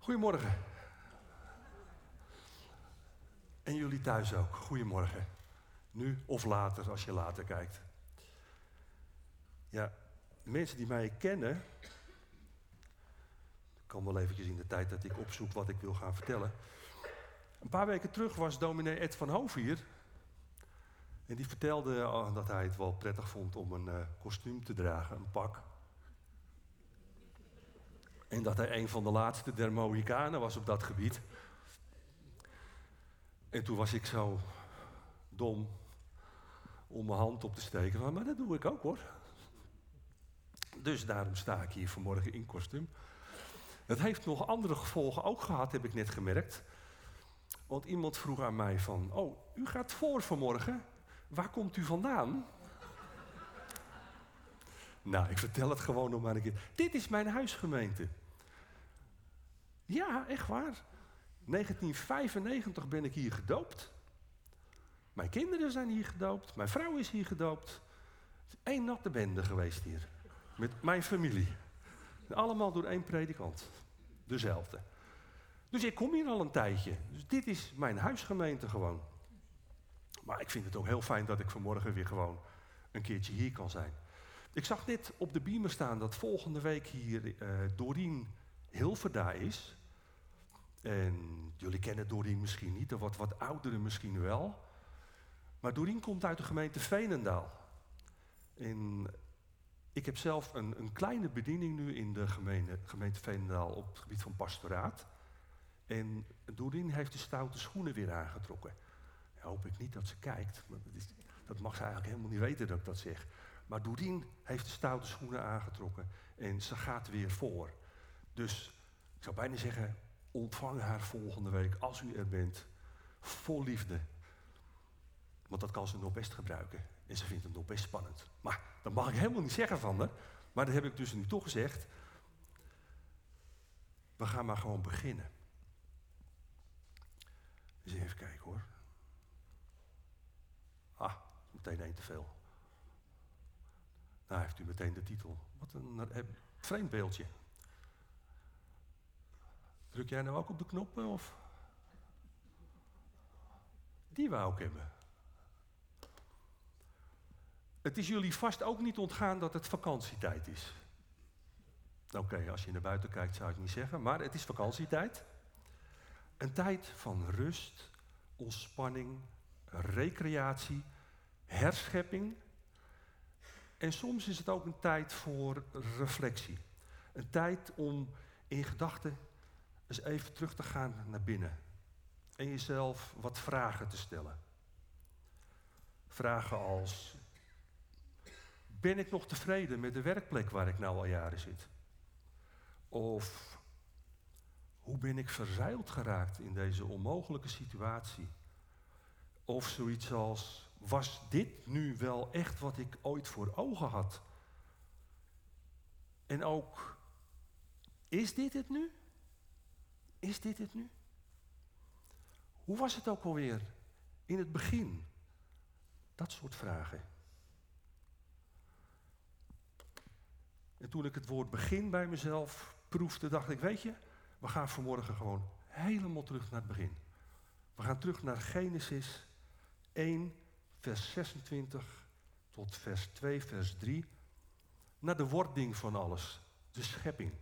Goedemorgen. En jullie thuis ook. Goedemorgen. Nu of later, als je later kijkt. Ja, mensen die mij kennen... Ik kan wel eventjes in de tijd dat ik opzoek wat ik wil gaan vertellen. Een paar weken terug was dominee Ed van Hoof hier. En die vertelde dat hij het wel prettig vond om een kostuum te dragen, een pak. En dat hij een van de laatste der Mohikanen was op dat gebied. En toen was ik zo dom om mijn hand op te steken. Maar dat doe ik ook hoor. Dus daarom sta ik hier vanmorgen in kostuum. Het heeft nog andere gevolgen ook gehad, heb ik net gemerkt. Want iemand vroeg aan mij van... Oh, u gaat voor vanmorgen. Waar komt u vandaan? Nou, ik vertel het gewoon nog maar een keer. Dit is mijn huisgemeente. Ja, echt waar. 1995 ben ik hier gedoopt. Mijn kinderen zijn hier gedoopt. Mijn vrouw is hier gedoopt. Het is één natte bende geweest hier. Met mijn familie. Allemaal door één predikant. Dezelfde. Dus ik kom hier al een tijdje. Dus dit is mijn huisgemeente gewoon. Maar ik vind het ook heel fijn dat ik vanmorgen weer gewoon een keertje hier kan zijn. Ik zag net op de beamer staan dat volgende week hier Dorien Hilverda is. En jullie kennen Dorien misschien niet, of wat ouderen misschien wel. Maar Dorien komt uit de gemeente Veenendaal. En ik heb zelf een kleine bediening nu in de gemeente Veenendaal op het gebied van pastoraat. En Dorien heeft de stoute schoenen weer aangetrokken. Ja, hoop ik niet dat ze kijkt. Maar dat mag ze eigenlijk helemaal niet weten dat ik dat zeg. Maar Dorien heeft de stoute schoenen aangetrokken en ze gaat weer voor. Dus ik zou bijna zeggen, ontvang haar volgende week als u er bent, vol liefde. Want dat kan ze nog best gebruiken. En ze vindt het nog best spannend. Maar dat mag ik helemaal niet zeggen van haar. Maar dat heb ik dus nu toch gezegd. We gaan maar gewoon beginnen. Dus even kijken hoor. Ah, meteen één te veel. Nou heeft u meteen de titel. Wat een vreemd beeldje. Druk jij nou ook op de knoppen of? Die wou ik hebben. Het is jullie vast ook niet ontgaan dat het vakantietijd is. Oké, als je naar buiten kijkt zou ik het niet zeggen, maar het is vakantietijd. Een tijd van rust, ontspanning, recreatie, herschepping. En soms is het ook een tijd voor reflectie. Een tijd om in gedachten eens even terug te gaan naar binnen. En jezelf wat vragen te stellen. Vragen als... Ben ik nog tevreden met de werkplek waar ik nou al jaren zit? Of... Hoe ben ik verzeild geraakt in deze onmogelijke situatie? Of zoiets als... Was dit nu wel echt wat ik ooit voor ogen had? En ook... Is dit het nu? Is dit het nu? Hoe was het ook alweer in het begin? Dat soort vragen. En toen ik het woord begin bij mezelf proefde, dacht ik, weet je, we gaan vanmorgen gewoon helemaal terug naar het begin. We gaan terug naar Genesis 1, vers 26 tot vers 2, vers 3. Naar de wording van alles, de schepping.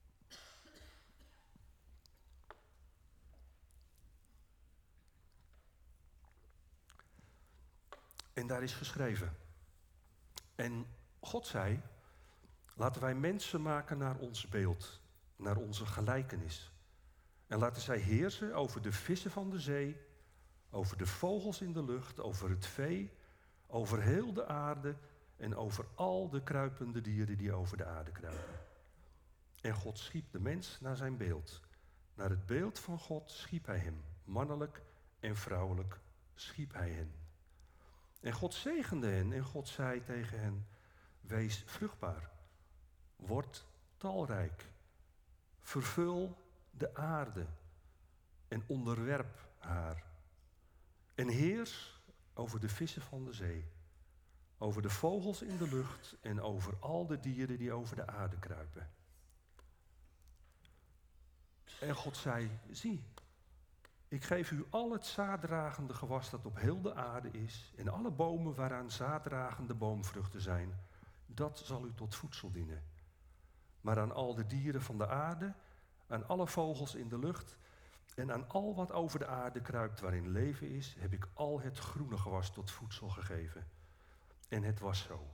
En daar is geschreven. En God zei, laten wij mensen maken naar ons beeld, naar onze gelijkenis. En laten zij heersen over de vissen van de zee, over de vogels in de lucht, over het vee, over heel de aarde en over al de kruipende dieren die over de aarde kruipen. En God schiep de mens naar zijn beeld. Naar het beeld van God schiep hij hem, mannelijk en vrouwelijk schiep hij hen. En God zegende hen en God zei tegen hen, wees vruchtbaar, word talrijk, vervul de aarde en onderwerp haar. En heers over de vissen van de zee, over de vogels in de lucht en over al de dieren die over de aarde kruipen. En God zei, zie, ik geef u al het zaaddragende gewas dat op heel de aarde is, en alle bomen waaraan zaaddragende boomvruchten zijn, dat zal u tot voedsel dienen. Maar aan al de dieren van de aarde, aan alle vogels in de lucht en aan al wat over de aarde kruipt waarin leven is, heb ik al het groene gewas tot voedsel gegeven. En het was zo.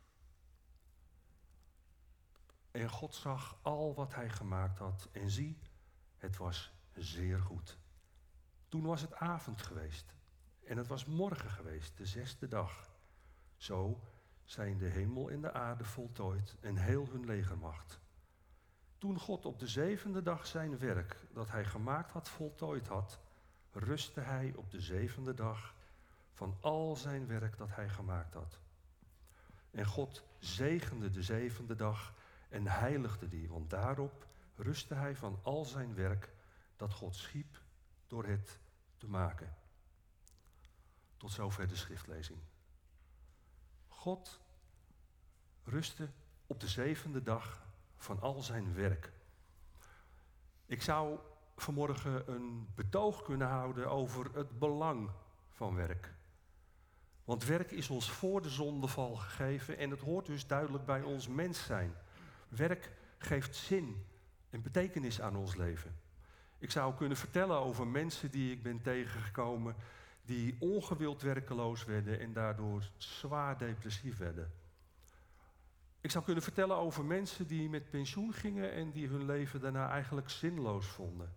En God zag al wat hij gemaakt had en zie, het was zeer goed. Toen was het avond geweest en het was morgen geweest, de 6e dag. Zo zijn de hemel en de aarde voltooid en heel hun legermacht. Toen God op de 7e dag zijn werk dat hij gemaakt had voltooid had, rustte hij op de 7e dag van al zijn werk dat hij gemaakt had. En God zegende de 7e dag en heiligde die, want daarop rustte hij van al zijn werk dat God schiep door het te maken. Tot zover de schriftlezing. God rustte op de 7e dag van al zijn werk. Ik zou vanmorgen een betoog kunnen houden over het belang van werk. Want werk is ons voor de zondeval gegeven en het hoort dus duidelijk bij ons mens zijn. Werk geeft zin en betekenis aan ons leven. Ik zou kunnen vertellen over mensen die ik ben tegengekomen, die ongewild werkeloos werden en daardoor zwaar depressief werden. Ik zou kunnen vertellen over mensen die met pensioen gingen en die hun leven daarna eigenlijk zinloos vonden.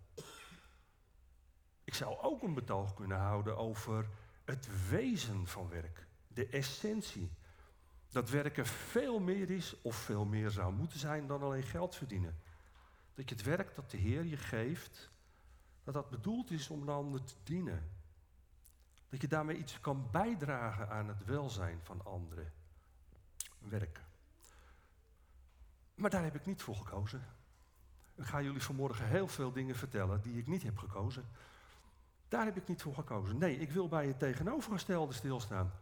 Ik zou ook een betoog kunnen houden over het wezen van werk, de essentie. Dat werken veel meer is of veel meer zou moeten zijn dan alleen geld verdienen. Dat je het werk dat de Heer je geeft, dat bedoeld is om een ander te dienen. Dat je daarmee iets kan bijdragen aan het welzijn van anderen. Werk. Maar daar heb ik niet voor gekozen. Ik ga jullie vanmorgen heel veel dingen vertellen die ik niet heb gekozen. Daar heb ik niet voor gekozen. Nee, ik wil bij het tegenovergestelde stilstaan.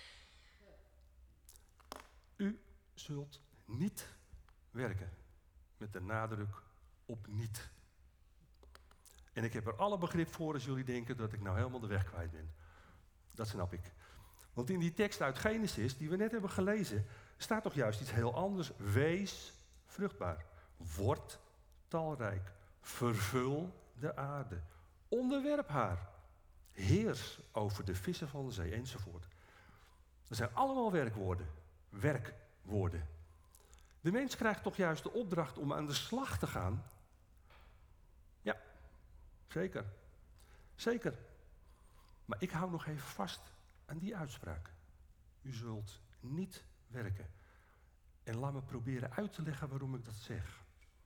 U zult niet werken. Met de nadruk op niet. En ik heb er alle begrip voor als jullie denken dat ik nou helemaal de weg kwijt ben. Dat snap ik. Want in die tekst uit Genesis, die we net hebben gelezen, staat toch juist iets heel anders. Wees vruchtbaar. Word talrijk. Vervul de aarde. Onderwerp haar. Heers over de vissen van de zee enzovoort. Dat zijn allemaal werkwoorden. Werkwoorden. De mens krijgt toch juist de opdracht om aan de slag te gaan? Ja, zeker. Zeker. Maar ik hou nog even vast aan die uitspraak. U zult niet werken. En laat me proberen uit te leggen waarom ik dat zeg.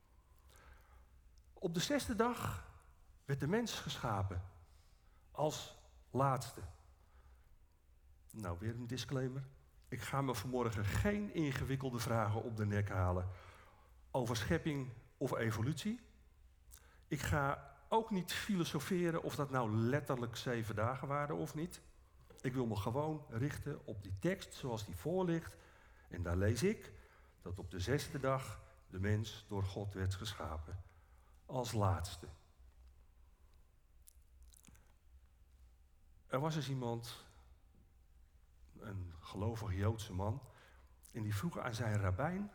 Op de 6e dag werd de mens geschapen. Als laatste. Nou, weer een disclaimer. Ik ga me vanmorgen geen ingewikkelde vragen op de nek halen over schepping of evolutie. Ik ga ook niet filosoferen of dat nou letterlijk 7 dagen waren of niet. Ik wil me gewoon richten op die tekst zoals die voor ligt. En daar lees ik dat op de 6e dag de mens door God werd geschapen. Als laatste. Er was eens iemand, een gelovige Joodse man, en die vroeg aan zijn rabbijn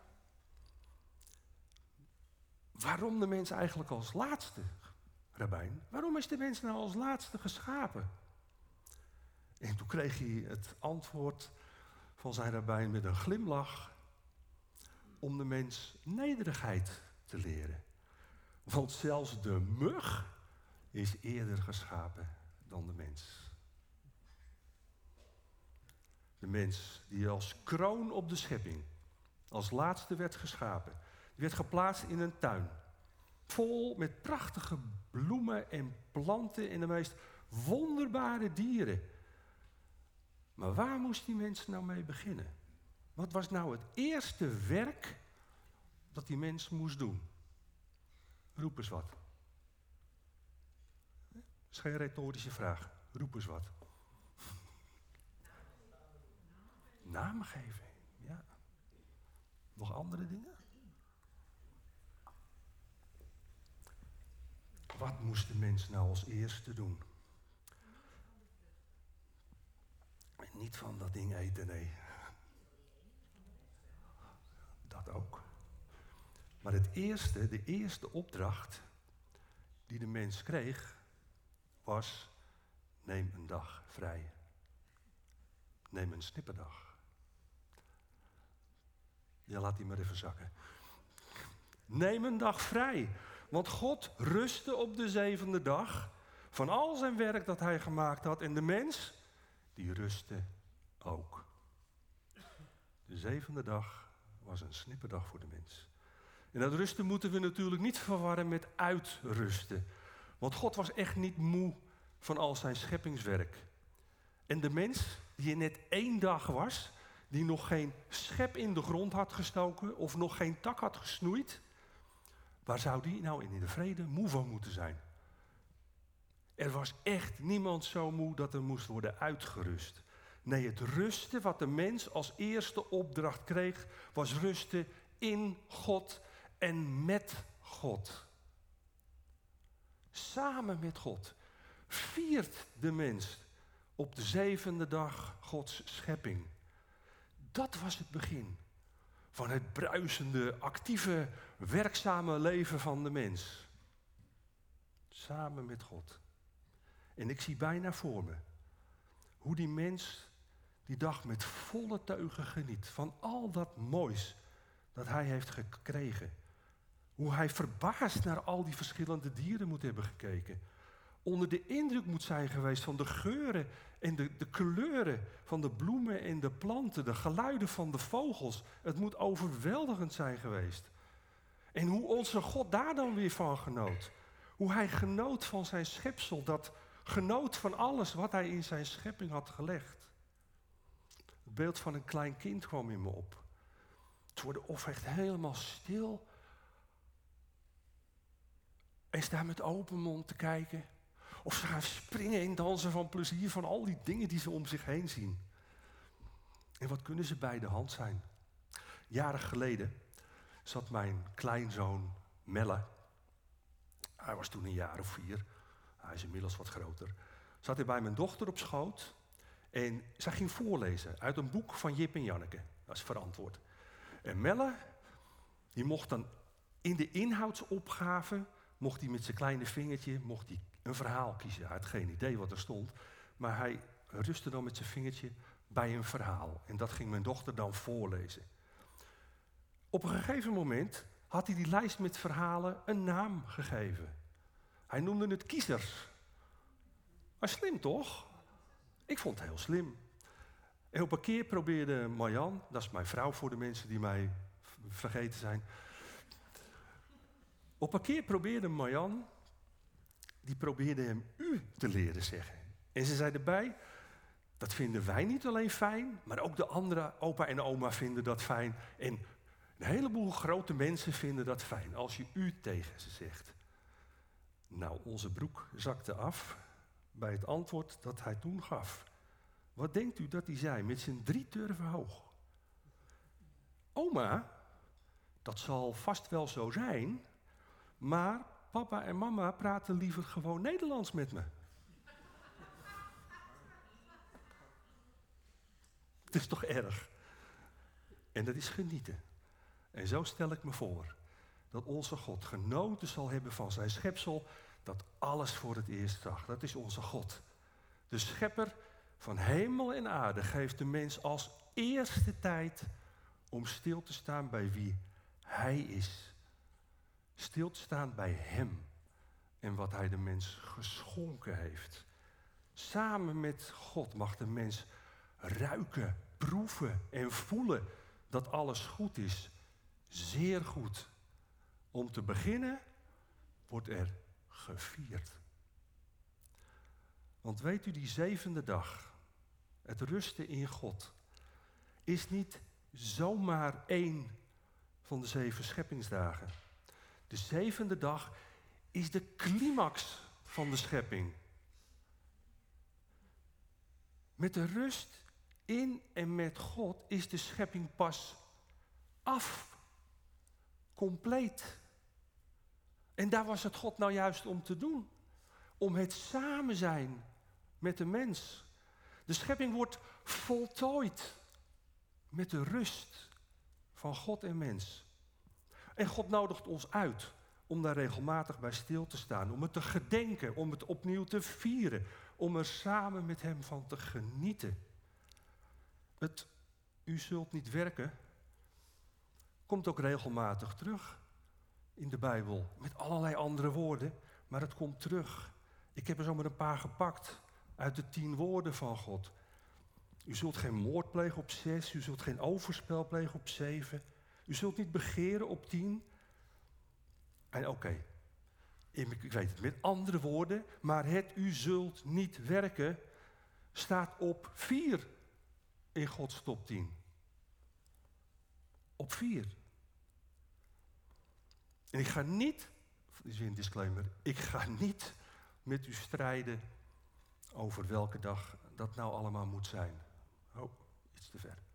waarom de mens eigenlijk als laatste, rabbijn, waarom is de mens nou als laatste geschapen? En toen kreeg hij het antwoord van zijn rabbijn met een glimlach, om de mens nederigheid te leren. Want zelfs de mug is eerder geschapen dan de mens. De mens die als kroon op de schepping, als laatste werd geschapen. Die werd geplaatst in een tuin. Vol met prachtige bloemen en planten en de meest wonderbare dieren. Maar waar moest die mens nou mee beginnen? Wat was nou het eerste werk dat die mens moest doen? Roep eens wat. Dat is geen retorische vraag. Roep eens wat. Namen geven, ja. Nog andere dingen? wat moest de mens nou als eerste doen? Niet van dat ding eten, nee. Dat ook. Maar de eerste opdracht die de mens kreeg, was: neem een dag vrij. Neem een snipperdag. Ja, laat die maar even zakken. Neem een dag vrij. Want God rustte op de 7e dag van al zijn werk dat hij gemaakt had. En de mens, die rustte ook. De 7e dag was een snipperdag voor de mens. En dat rusten moeten we natuurlijk niet verwarren met uitrusten. Want God was echt niet moe van al zijn scheppingswerk. En de mens, die er net 1 dag was, die nog geen schep in de grond had gestoken of nog geen tak had gesnoeid, waar zou die nou in de vrede moe van moeten zijn? Er was echt niemand zo moe dat er moest worden uitgerust. Nee, het rusten wat de mens als eerste opdracht kreeg, was rusten in God en met God. Samen met God viert de mens op de 7e dag Gods schepping. Dat was het begin van het bruisende, actieve, werkzame leven van de mens. Samen met God. En ik zie bijna voor me hoe die mens die dag met volle teugen geniet van al dat moois dat hij heeft gekregen. Hoe hij verbaasd naar al die verschillende dieren moet hebben gekeken. Onder de indruk moet zijn geweest van de geuren en de kleuren van de bloemen en de planten, de geluiden van de vogels. Het moet overweldigend zijn geweest. En hoe onze God daar dan weer van genoot. Hoe hij genoot van zijn schepsel, dat genoot van alles wat hij in zijn schepping had gelegd. Het beeld van een klein kind kwam in me op. Het worden of echt helemaal stil en staan met open mond te kijken. Of ze gaan springen en dansen van plezier van al die dingen die ze om zich heen zien. En wat kunnen ze bij de hand zijn? Jaren geleden zat mijn kleinzoon Melle, hij was toen 1 jaar of 4, hij is inmiddels wat groter, zat hij bij mijn dochter op schoot en zij ging voorlezen uit een boek van Jip en Janneke. Dat is verantwoord. En Melle, die mocht dan in de inhoudsopgave, mocht hij met zijn kleine vingertje een verhaal kiezen. Hij had geen idee wat er stond, maar hij rustte dan met zijn vingertje bij een verhaal. En dat ging mijn dochter dan voorlezen. Op een gegeven moment had hij die lijst met verhalen een naam gegeven. Hij noemde het kiezers. Maar slim toch? Ik vond het heel slim. En op een keer probeerde Marjan, dat is mijn vrouw voor de mensen die mij vergeten zijn. Op een keer probeerde Marjan, die probeerde hem u te leren zeggen. En ze zei erbij, dat vinden wij niet alleen fijn, maar ook de andere opa en oma vinden dat fijn. En een heleboel grote mensen vinden dat fijn als je u tegen ze zegt. Nou, onze broek zakte af bij het antwoord dat hij toen gaf. Wat denkt u dat hij zei met zijn 3 turven hoog? Oma, dat zal vast wel zo zijn, maar papa en mama praten liever gewoon Nederlands met me. Het is toch erg? En dat is genieten. En zo stel ik me voor dat onze God genoten zal hebben van zijn schepsel, dat alles voor het eerst zag. Dat is onze God. De schepper van hemel en aarde geeft de mens als eerste tijd om stil te staan bij wie hij is. Stil te staan bij hem en wat hij de mens geschonken heeft. Samen met God mag de mens ruiken, proeven en voelen dat alles goed is. Zeer goed. Om te beginnen wordt er gevierd. Want weet u, die 7e dag, het rusten in God, is niet zomaar 1 van de 7 scheppingsdagen. De 7e dag is de climax van de schepping. Met de rust in en met God is de schepping pas af. Compleet. En daar was het God nou juist om te doen. Om het samen zijn met de mens. De schepping wordt voltooid met de rust van God en mens. En God nodigt ons uit om daar regelmatig bij stil te staan. Om het te gedenken, om het opnieuw te vieren. Om er samen met hem van te genieten. Het u zult niet werken komt ook regelmatig terug in de Bijbel. Met allerlei andere woorden, maar het komt terug. Ik heb er zomaar een paar gepakt uit de 10 woorden van God. U zult geen moord plegen op 6, u zult geen overspel plegen op 7. U zult niet begeren op 10. En oké, ik weet het met andere woorden, maar het u zult niet werken staat op 4 in Gods top 10. Op 4. En ik ga niet, dit is weer een disclaimer, ik ga niet met u strijden over welke dag dat nou allemaal moet zijn. Oh, iets te ver.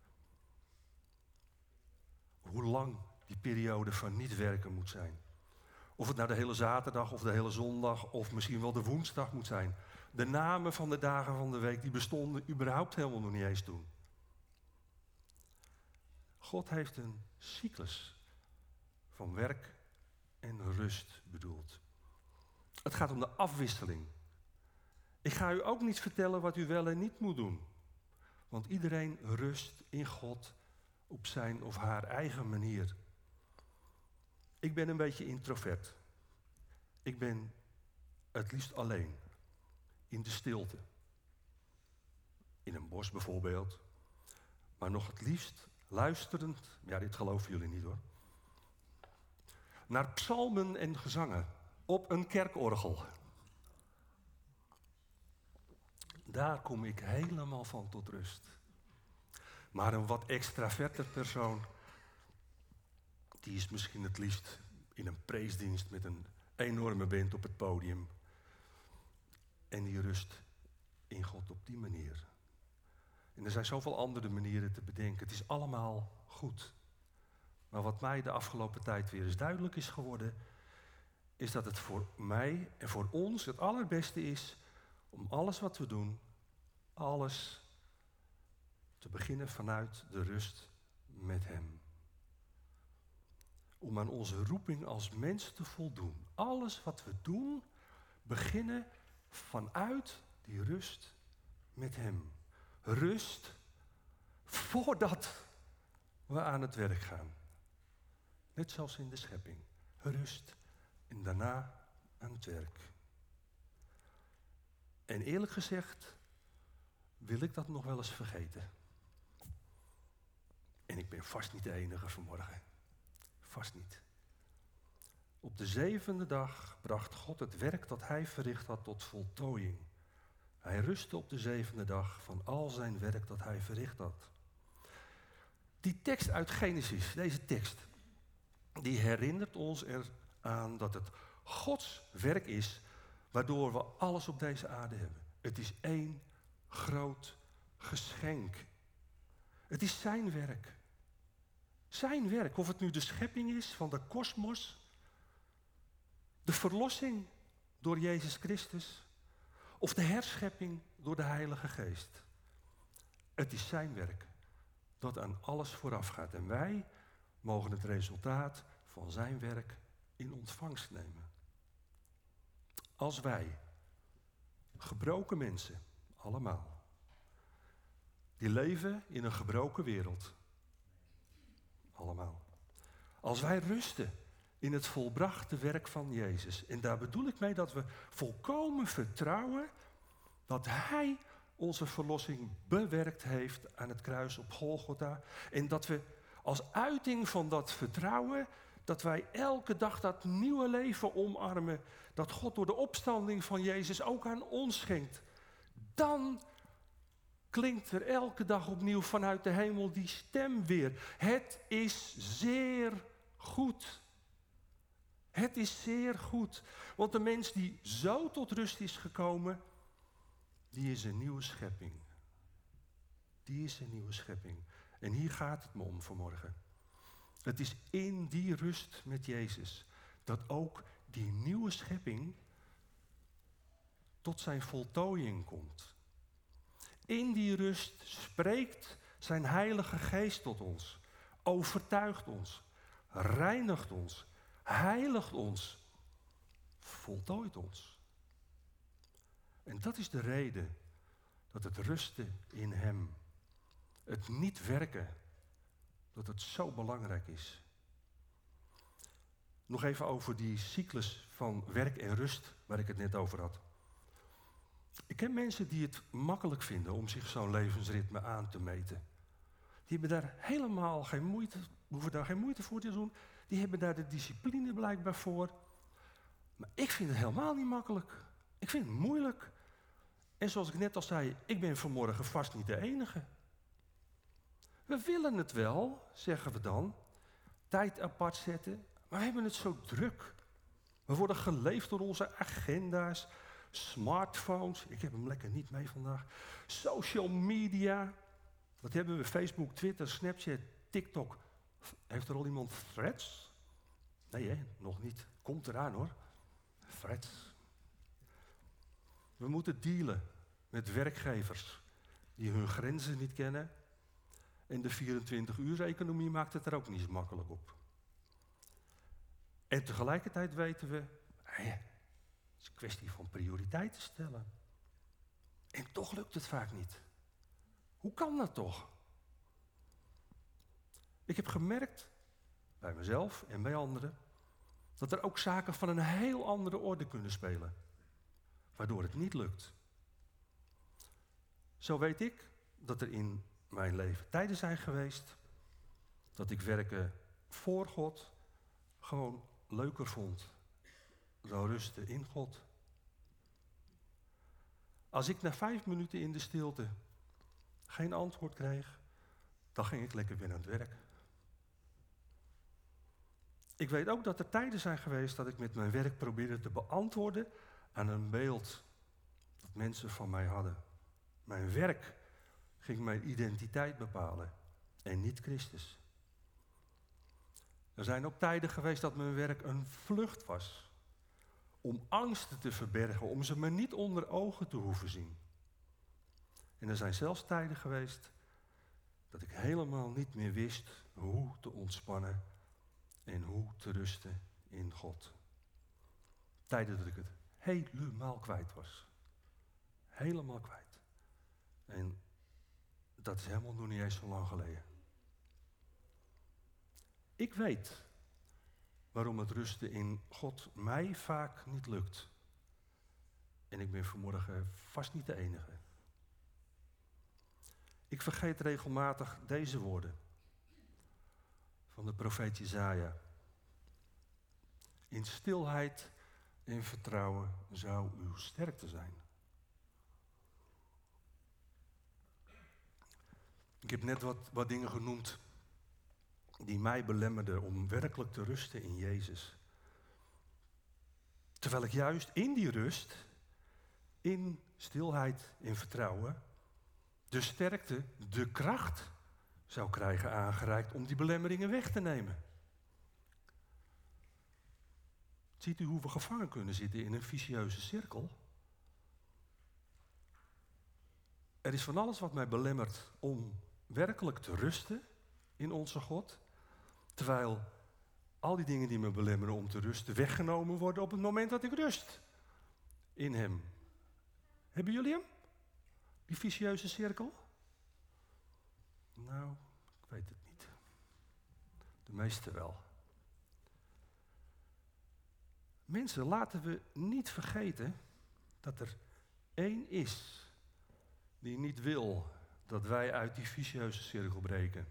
Hoe lang die periode van niet werken moet zijn. Of het nou de hele zaterdag of de hele zondag of misschien wel de woensdag moet zijn. De namen van de dagen van de week die bestonden überhaupt helemaal nog niet eens toen. God heeft een cyclus van werk en rust bedoeld. Het gaat om de afwisseling. Ik ga u ook niet vertellen wat u wel en niet moet doen. Want iedereen rust in God op zijn of haar eigen manier. Ik ben een beetje introvert. Ik ben het liefst alleen. In de stilte. In een bos bijvoorbeeld. Maar nog het liefst luisterend, ja, dit geloven jullie niet hoor, naar psalmen en gezangen op een kerkorgel. Daar kom ik helemaal van tot rust. Maar een wat extraverte persoon, die is misschien het liefst in een preesdienst met een enorme band op het podium. En die rust in God op die manier. En er zijn zoveel andere manieren te bedenken. Het is allemaal goed. Maar wat mij de afgelopen tijd weer eens duidelijk is geworden, is dat het voor mij en voor ons het allerbeste is om alles wat we doen, alles te beginnen vanuit de rust met Hem. Om aan onze roeping als mens te voldoen. Alles wat we doen, beginnen vanuit die rust met Hem. Rust voordat we aan het werk gaan. Net zoals in de schepping. Rust en daarna aan het werk. En eerlijk gezegd wil ik dat nog wel eens vergeten. En ik ben vast niet de enige vanmorgen. Vast niet. Op de 7e dag bracht God het werk dat hij verricht had tot voltooiing. Hij rustte op de 7e dag van al zijn werk dat hij verricht had. Die tekst uit Genesis, deze tekst, die herinnert ons eraan dat het Gods werk is waardoor we alles op deze aarde hebben. Het is één groot geschenk. Het is zijn werk. Zijn werk, of het nu de schepping is van de kosmos, de verlossing door Jezus Christus, of de herschepping door de Heilige Geest. Het is zijn werk dat aan alles vooraf gaat. En wij mogen het resultaat van zijn werk in ontvangst nemen. Als wij, gebroken mensen, allemaal, die leven in een gebroken wereld, allemaal. Als wij rusten in het volbrachte werk van Jezus. En daar bedoel ik mee dat we volkomen vertrouwen dat Hij onze verlossing bewerkt heeft aan het kruis op Golgotha. En dat we als uiting van dat vertrouwen, dat wij elke dag dat nieuwe leven omarmen, dat God door de opstanding van Jezus ook aan ons schenkt. Dan klinkt er elke dag opnieuw vanuit de hemel die stem weer. Het is zeer goed. Het is zeer goed. Want de mens die zo tot rust is gekomen, die is een nieuwe schepping. Die is een nieuwe schepping. En hier gaat het me om vanmorgen. Het is in die rust met Jezus dat ook die nieuwe schepping tot zijn voltooiing komt. In die rust spreekt zijn Heilige Geest tot ons, overtuigt ons, reinigt ons, heiligt ons, voltooit ons. En dat is de reden dat het rusten in Hem, het niet werken, dat het zo belangrijk is. Nog even over die cyclus van werk en rust waar ik het net over had. Ik ken mensen die het makkelijk vinden om zich zo'n levensritme aan te meten. Die hebben daar helemaal geen moeite, hoeven daar geen moeite voor te doen. Die hebben daar de discipline blijkbaar voor. Maar ik vind het helemaal niet makkelijk. Ik vind het moeilijk. En zoals ik net al zei, ik ben vanmorgen vast niet de enige. We willen het wel, zeggen we dan, tijd apart zetten, maar we hebben het zo druk. We worden geleefd door onze agenda's, smartphones, ik heb hem lekker niet mee vandaag, social media. Wat hebben we? Facebook, Twitter, Snapchat, TikTok. Heeft er al iemand Threads? Nee hè, nog niet. Komt eraan hoor. Threads. We moeten dealen met werkgevers die hun grenzen niet kennen. En de 24-uurs-economie maakt het er ook niet zo makkelijk op. En tegelijkertijd weten we, het is een kwestie van prioriteiten stellen. En toch lukt het vaak niet. Hoe kan dat toch? Ik heb gemerkt, bij mezelf en bij anderen, dat er ook zaken van een heel andere orde kunnen spelen. Waardoor het niet lukt. Zo weet ik dat er in mijn leven tijden zijn geweest dat ik werken voor God gewoon leuker vond dan rusten in God. Als ik na 5 minuten in de stilte geen antwoord kreeg, dan ging ik lekker weer aan het werk. Ik weet ook dat er tijden zijn geweest dat ik met mijn werk probeerde te beantwoorden aan een beeld dat mensen van mij hadden. Mijn werk ging mijn identiteit bepalen en niet Christus. Er zijn ook tijden geweest dat mijn werk een vlucht was. Om angsten te verbergen, om ze maar niet onder ogen te hoeven zien. En er zijn zelfs tijden geweest dat ik helemaal niet meer wist hoe te ontspannen en hoe te rusten in God. Tijden dat ik het helemaal kwijt was. Helemaal kwijt. En dat is helemaal nog niet eens zo lang geleden. Ik weet waarom het rusten in God mij vaak niet lukt. En ik ben vanmorgen vast niet de enige. Ik vergeet regelmatig deze woorden van de profeet Jesaja. In stilheid en vertrouwen zou uw sterkte zijn. Ik heb net wat dingen genoemd die mij belemmerden om werkelijk te rusten in Jezus. Terwijl ik juist in die rust, in stilheid en vertrouwen, de sterkte, de kracht zou krijgen aangereikt om die belemmeringen weg te nemen. Ziet u hoe we gevangen kunnen zitten in een vicieuze cirkel? Er is van alles wat mij belemmert om werkelijk te rusten in onze God, terwijl al die dingen die me belemmeren om te rusten weggenomen worden op het moment dat ik rust in Hem. Hebben jullie hem? Die vicieuze cirkel? Nou, ik weet het niet. De meeste wel. Mensen, laten we niet vergeten dat er één is die niet wil dat wij uit die vicieuze cirkel breken.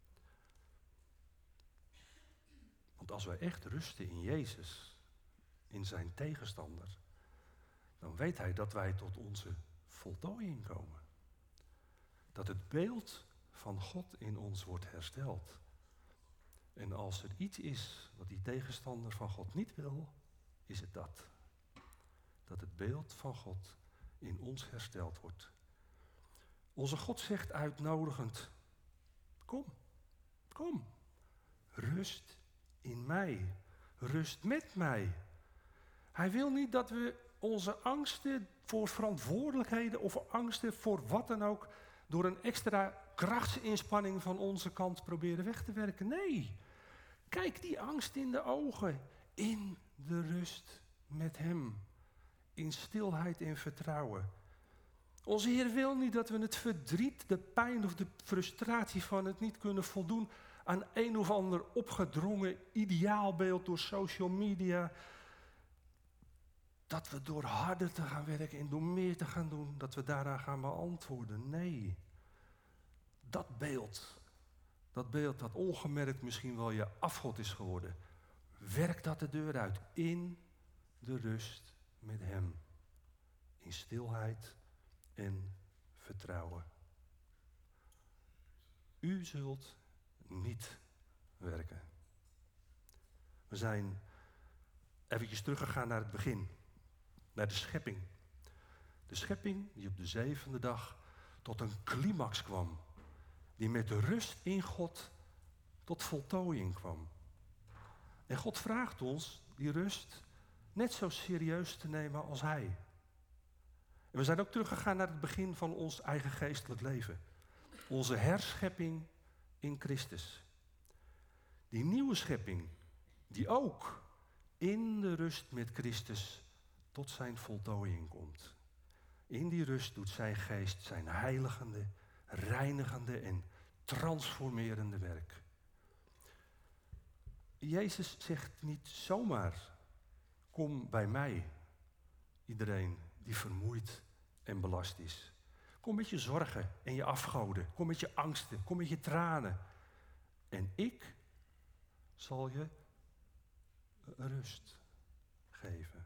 Want als wij echt rusten in Jezus, in zijn tegenstander, dan weet hij dat wij tot onze voltooiing komen. Dat het beeld van God in ons wordt hersteld. En als er iets is wat die tegenstander van God niet wil, is het dat. Dat het beeld van God in ons hersteld wordt. Onze God zegt uitnodigend, kom, rust in mij, rust met mij. Hij wil niet dat we onze angsten voor verantwoordelijkheden of angsten voor wat dan ook door een extra krachtsinspanning van onze kant proberen weg te werken. Nee, kijk die angst in de ogen. In de rust met hem. In stilheid en vertrouwen. Onze Heer wil niet dat we het verdriet, de pijn of de frustratie van het niet kunnen voldoen aan een of ander opgedrongen ideaalbeeld door social media. Dat we door harder te gaan werken en door meer te gaan doen, dat we daaraan gaan beantwoorden. Nee, dat beeld dat ongemerkt misschien wel je afgod is geworden. Werk dat de deur uit in de rust met hem. In stilheid en vertrouwen. U zult niet werken. We zijn eventjes teruggegaan naar het begin. Naar de schepping. De schepping die op de 7e dag tot een climax kwam. Die met de rust in God tot voltooiing kwam. En God vraagt ons die rust net zo serieus te nemen als Hij. En we zijn ook teruggegaan naar het begin van ons eigen geestelijk leven. Onze herschepping in Christus. Die nieuwe schepping die ook in de rust met Christus tot zijn voltooiing komt. In die rust doet zijn geest zijn heiligende, reinigende en transformerende werk. Jezus zegt niet zomaar, kom bij mij, iedereen die vermoeid en belast is. Kom met je zorgen en je afgoden, kom met je angsten, kom met je tranen. En ik zal je rust geven.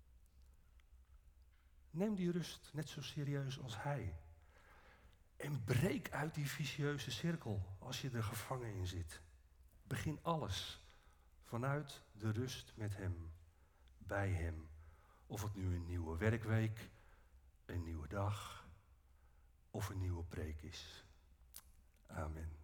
Neem die rust net zo serieus als Hij. En breek uit die vicieuze cirkel als je er gevangen in zit. Begin alles vanuit de rust met Hem, bij Hem. Of het nu een nieuwe werkweek, een nieuwe dag of een nieuwe preek is. Amen.